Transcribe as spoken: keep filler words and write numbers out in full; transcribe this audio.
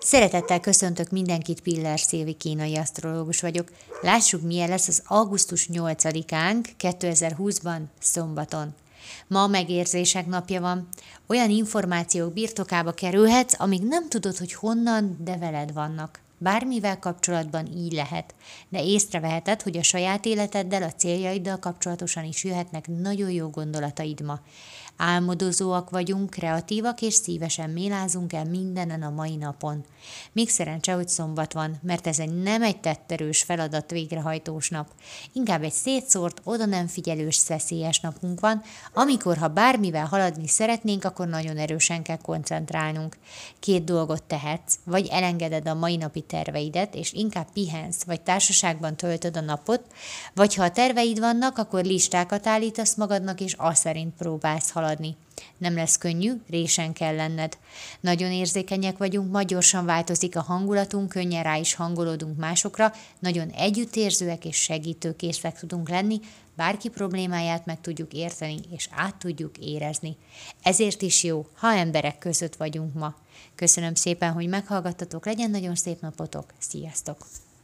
Szeretettel köszöntök mindenkit, Piller Szilvi kínai asztrológus vagyok. Lássuk, milyen lesz az augusztus nyolcadikánk kétezer-húszban szombaton. Ma a megérzések napja van. Olyan információk birtokába kerülhetsz, amíg nem tudod, hogy honnan, de veled vannak. Bármivel kapcsolatban így lehet, de észreveheted, hogy a saját életeddel, a céljaiddal kapcsolatosan is jöhetnek nagyon jó gondolataid ma. Álmodozóak vagyunk, kreatívak és szívesen mélázunk el mindenen a mai napon. Még szerencse, hogy szombat van, mert ez egy nem egy tetterős feladat végrehajtós nap. Inkább egy szétszórt, oda nem figyelős, szeszélyes napunk van, amikor ha bármivel haladni szeretnénk, akkor nagyon erősen kell koncentrálnunk. Két dolgot tehetsz, vagy elengeded a mai napi terveidet, és inkább pihensz, vagy társaságban töltöd a napot, vagy ha a terveid vannak, akkor listákat állítasz magadnak, és azt szerint próbálsz haladni. Nem lesz könnyű, résen kell lenned. Nagyon érzékenyek vagyunk, ma gyorsan változik a hangulatunk, könnyen rá is hangolódunk másokra, nagyon együttérzőek és segítőkészek tudunk lenni, bárki problémáját meg tudjuk érteni, és át tudjuk érezni. Ezért is jó, ha emberek között vagyunk ma. Köszönöm szépen, hogy meghallgattatok, legyen nagyon szép napotok, sziasztok!